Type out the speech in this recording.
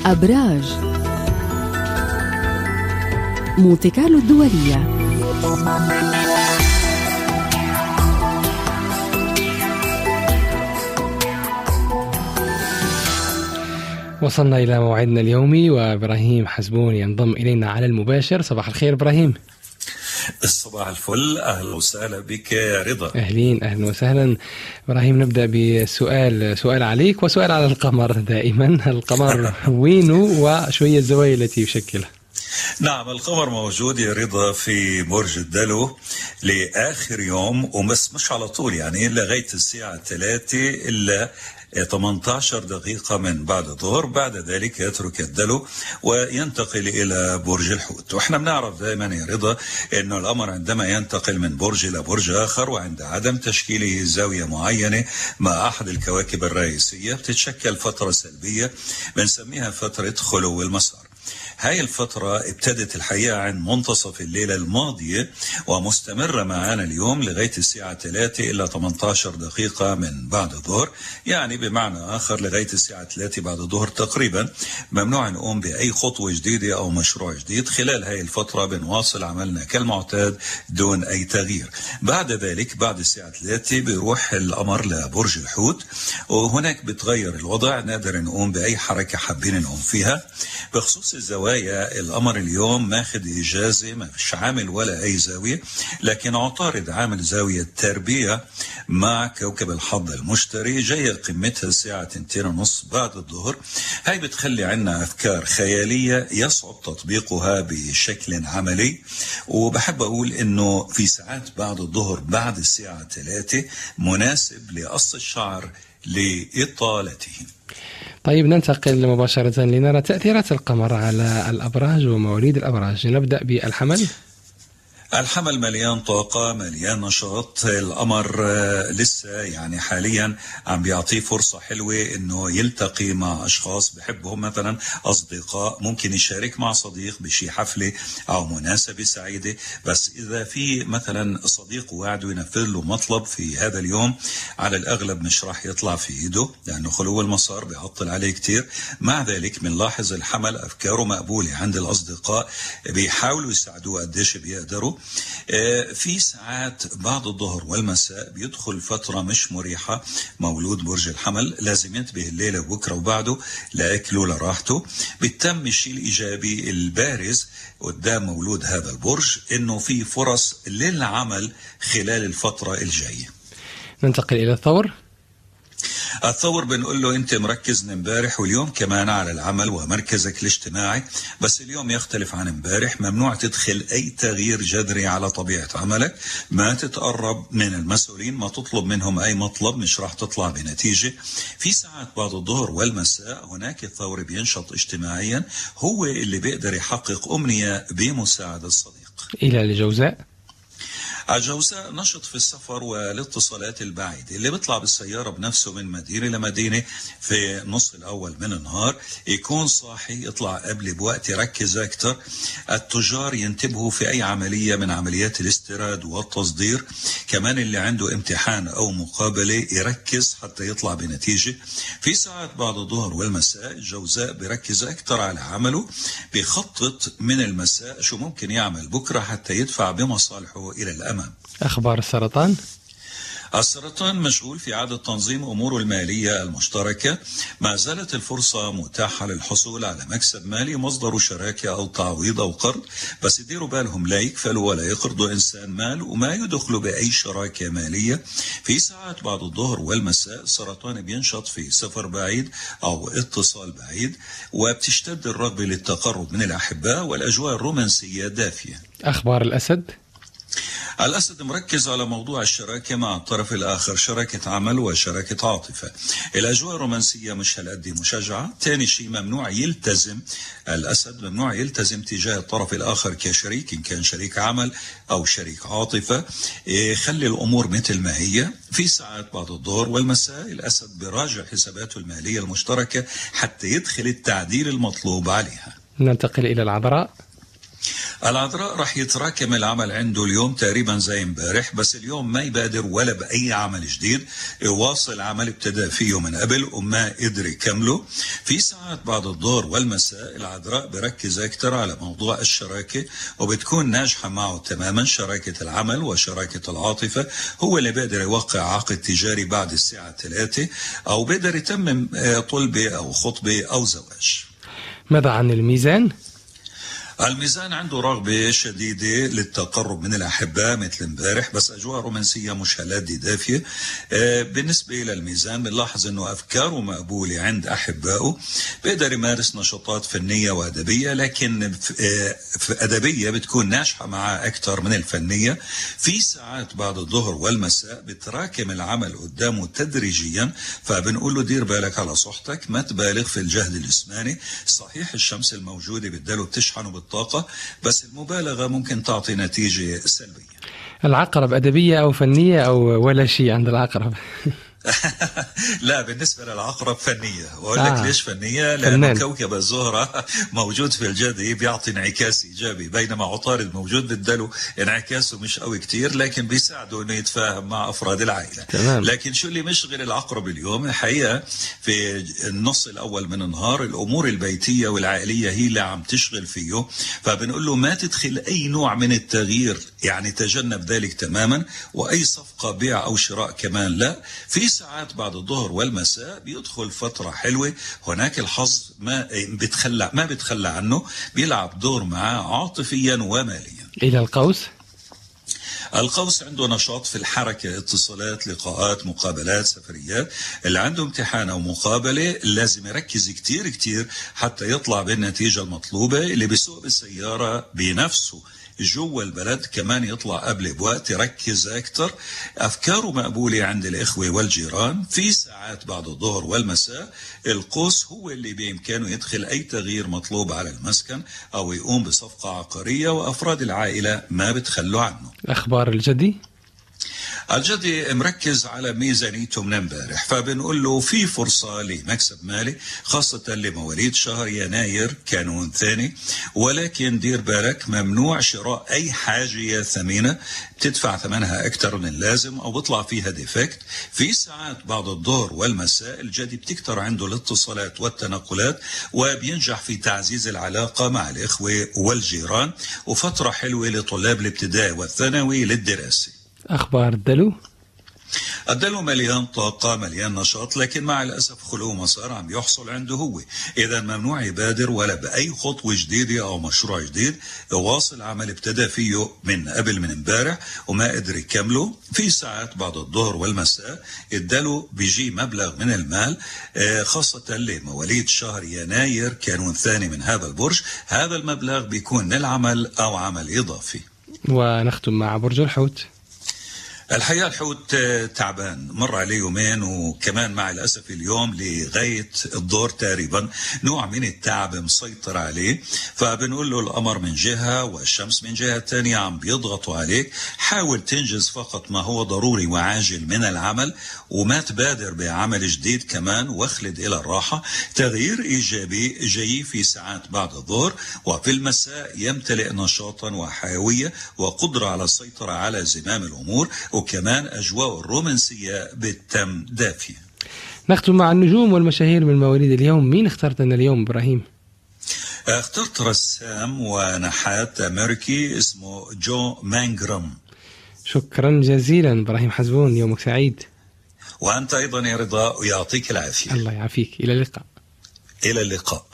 أبراج مونتي كارلو الدولية. وصلنا إلى موعدنا اليومي وإبراهيم حسبون ينضم إلينا على المباشر. صباح الخير إبراهيم. الصباح الفل، أهلا وسهلا بك يا رضا. أهلا وسهلا إبراهيم. نبدأ بسؤال عليك وسؤال على القمر. دائما القمر وينه وشوية الزوايا التي يشكلها. نعم، القمر موجود يا رضا في برج الدلو لآخر يوم، وبس مش على طول، يعني لغاية الساعة 3 إلا 18 دقيقة من بعد الظهر. بعد ذلك يترك الدلو وينتقل إلى برج الحوت. وإحنا بنعرف دائما يا رضا أنه القمر عندما ينتقل من برج إلى برج آخر وعند عدم تشكيله زاوية معينة مع أحد الكواكب الرئيسية بتتشكل فترة سلبية بنسميها فترة خلو المسار. هاي الفترة ابتدت الحقيقة عن منتصف الليلة الماضية ومستمرة معنا اليوم لغاية الساعة 3 إلى 18 دقيقة من بعد الظهر. يعني بمعنى آخر لغاية الساعة 3 بعد الظهر تقريبا ممنوع نقوم بأي خطوة جديدة أو مشروع جديد. خلال هاي الفترة بنواصل عملنا كالمعتاد دون أي تغيير. بعد ذلك بعد الساعة 3 بيروح القمر لبرج الحوت، وهناك بتغير الوضع، نقدر نقوم بأي حركة حابين نقوم فيها. بخصوص الزوايا، القمر اليوم ماخد إجازة، ما فيش عامل ولا أي زاوية، لكن عطارد عامل زاوية تربية مع كوكب الحظ المشتري جاية قمتها الساعة 2:30 بعد الظهر. هاي بتخلي عنا أفكار خيالية يصعب تطبيقها بشكل عملي. وبحب أقول إنه في ساعات بعد الظهر بعد الساعة 3 مناسب لقص الشعر لإطالته. طيب ننتقل مباشرة لنرى تأثيرات القمر على الأبراج ومواليد الأبراج. نبدأ بالحمل. الحمل مليان طاقة، مليان نشاط. القمر لسه يعني حاليا عم بيعطيه فرصة حلوة انه يلتقي مع اشخاص بحبهم، مثلا اصدقاء، ممكن يشارك مع صديق بشي حفلة او مناسبة سعيدة. بس اذا في مثلا صديق وعده ينفذ له مطلب في هذا اليوم، على الاغلب مش راح يطلع في ايده لانه خلو المسار بيعطل عليه كتير. مع ذلك بنلاحظ الحمل افكاره مقبولة عند الاصدقاء، بيحاولوا يساعدوه قديش بيقدروا. في ساعات بعد الظهر والمساء بيدخل فترة مش مريحة مولود برج الحمل، لازم ينتبه الليلة وبكرة وبعده لأكله لراحته. بيتم الشيء الإيجابي البارز قدام مولود هذا البرج إنه في فرص للعمل خلال الفترة الجاية. ننتقل إلى الثور. الثور بنقول له انت مركز من امبارح واليوم كمان على العمل ومركزك الاجتماعي، بس اليوم يختلف عن امبارح. ممنوع تدخل اي تغيير جذري على طبيعة عملك، ما تتقرب من المسؤولين، ما تطلب منهم اي مطلب، مش راح تطلع بنتيجة. في ساعات بعد الظهر والمساء هناك الثور بينشط اجتماعيا، هو اللي بيقدر يحقق امنية بمساعدة الصديق. إلى الجوزاء. الجوزاء نشط في السفر والاتصالات البعيدة، اللي بيطلع بالسيارة بنفسه من مدينة لمدينة في نص الأول من النهار يكون صاحي، يطلع قبل بوقت، يركز أكتر. التجار ينتبهوا في أي عملية من عمليات الاستيراد والتصدير. كمان اللي عنده امتحان أو مقابلة يركز حتى يطلع بنتيجة. في ساعات بعد الظهر والمساء الجوزاء بيركز أكتر على عمله، بيخطط من المساء شو ممكن يعمل بكرة حتى يدفع بمصالحه إلى الأمام. أخبار السرطان. السرطان مشغول في إعادة تنظيم أموره المالية المشتركة. ما زالت الفرصة متاحة للحصول على مكسب مالي مصدره شراكة أو تعويض أو قرض، بس يديروا بالهم لا يكفلوا ولا يقرضوا إنسان مال وما يدخلوا بأي شراكة مالية. في ساعات بعد الظهر والمساء السرطان بينشط في سفر بعيد أو اتصال بعيد، وبتشتد الرغبة للتقرب من الأحباء والأجواء الرومانسية دافية. أخبار الأسد. الأسد مركز على موضوع الشراكة مع الطرف الآخر، شراكة عمل وشراكة عاطفة. الأجواء الرومانسية مش هالقد مشجعة. تاني شيء ممنوع يلتزم الأسد، ممنوع يلتزم تجاه الطرف الآخر كشريك، إن كان شريك عمل أو شريك عاطفة. خلي الأمور مثل ما هي. في ساعات بعد الظهر والمساء الأسد براجع حساباته المالية المشتركة حتى يدخل التعديل المطلوب عليها. ننتقل إلى العذراء. العذراء راح يتراكم العمل عنده اليوم تقريبا زي امبارح، بس اليوم ما يبادر ولا بأي عمل جديد، يواصل عمل ابتدأ فيه من قبل وما قدر يكمله. في ساعات بعد الظهر والمساء العذراء بركز أكثر على موضوع الشراكة وبتكون ناجحة معه تماما، شراكة العمل وشراكة العاطفة. هو اللي بيقدر يوقع عقد تجاري بعد الساعة 3 أو بيقدر يتمم طلبة أو خطبة أو زواج. ماذا عن الميزان؟ الميزان عنده رغبة شديدة للتقرب من الأحباء مثل امبارح، بس أجواء رومانسية مش هالقد دافية. بالنسبة للميزان بنلاحظ أنه أفكاره مقبولة عند أحبائه، بيقدر يمارس نشاطات فنية وأدبية، لكن أدبية بتكون ناجحة معه أكثر من الفنية. في ساعات بعد الظهر والمساء بتراكم العمل قدامه تدريجيا، فبنقول له دير بالك على صحتك، ما تبالغ في الجهد الجسماني. صحيح الشمس الموجودة بداله بتشحنه الطاقة، بس المبالغة ممكن تعطي نتيجة سلبية. العقرب أدبية أو فنية أو ولا شيء عند العقرب؟ لا، بالنسبة للعقرب فنية. وأقول لك ليش فنية؟ لأنه كوكب الزهرة موجود في الجدي بيعطي انعكاس إيجابي، بينما عطارد موجود بدله انعكاسه مش قوي كتير، لكن بيساعده إنه يتفاهم مع أفراد العائلة. تمام. لكن شو اللي مشغل العقرب اليوم؟ الحقيقة في النص الأول من النهار الأمور البيتية والعائلية هي اللي عم تشغل فيه، فبنقول له ما تدخل أي نوع من التغيير، يعني تجنب ذلك تماما، وأي صفقة بيع أو شراء كمان لا. في ساعات بعد الظهر والمساء بيدخل فترة حلوة، هناك الحظ ما بتخلى عنه، بيلعب دور معاه عاطفيا وماليا. إلى القوس؟ القوس عنده نشاط في الحركة، اتصالات، لقاءات، مقابلات، سفريات. اللي عنده امتحان أو مقابلة لازم يركز كتير كتير حتى يطلع بالنتيجة المطلوبة. اللي بيسوق بالسيارة بنفسه جوا البلد كمان يطلع قبل بوقت، يركز أكتر. أفكاره مقبولة عند الإخوة والجيران. في ساعات بعد الظهر والمساء القوس هو اللي بإمكانه يدخل أي تغيير مطلوب على المسكن أو يقوم بصفقة عقارية، وأفراد العائلة ما بتخلوا عنه. أخبار الجدي؟ الجدي مركز على ميزانيته من امبارح، فبنقول له في فرصة لمكسب مالي خاصة لمواليد شهر يناير كانون ثاني، ولكن دير بالك ممنوع شراء أي حاجة ثمينة بتدفع ثمنها أكثر من اللازم أو بيطلع فيها ديفكت. في ساعات بعد الظهر والمساء الجدي بتكتر عنده الاتصالات والتنقلات، وبينجح في تعزيز العلاقة مع الإخوة والجيران، وفترة حلوة لطلاب الابتدائي والثانوي للدراسة. أخبار الدلو؟ الدلو مليان طاقة، مليان نشاط، لكن مع الأسف خلو مسار عم يحصل عنده هو. إذا ممنوع يبادر ولا بأي خطوة جديدة أو مشروع جديد، يواصل عمل ابتدى فيه من قبل من امبارح وما قدر يكمله. في ساعات بعد الظهر والمساء الدلو بيجي مبلغ من المال، خاصة لمواليد شهر يناير كانون ثاني من هذا البرج. هذا المبلغ بيكون للعمل أو عمل إضافي. ونختم مع برج الحوت. الحقيقة الحوت تعبان، مر عليه يومين، وكمان مع الأسف اليوم لغاية الدور تقريبا نوع من التعب مسيطر عليه. فبنقول له القمر من جهة والشمس من جهة تانية عم بيضغطوا عليك. حاول تنجز فقط ما هو ضروري وعاجل من العمل، وما تبادر بعمل جديد كمان، واخلد إلى الراحة. تغيير إيجابي جاي في ساعات بعد الظهر، وفي المساء يمتلئ نشاطا وحيوية وقدرة على السيطرة على زمام الأمور، وكمان أجواء الرومانسية بالتم دافية. نختم مع النجوم والمشاهير من مواليد اليوم. مين اخترت لنا اليوم إبراهيم؟ اخترت رسام ونحات أمريكي اسمه جو مانجرام. شكرا جزيلا إبراهيم حزبون، يومك سعيد. وأنت أيضا يا رضا، ويعطيك العافية. الله يعافيك. إلى اللقاء. إلى اللقاء.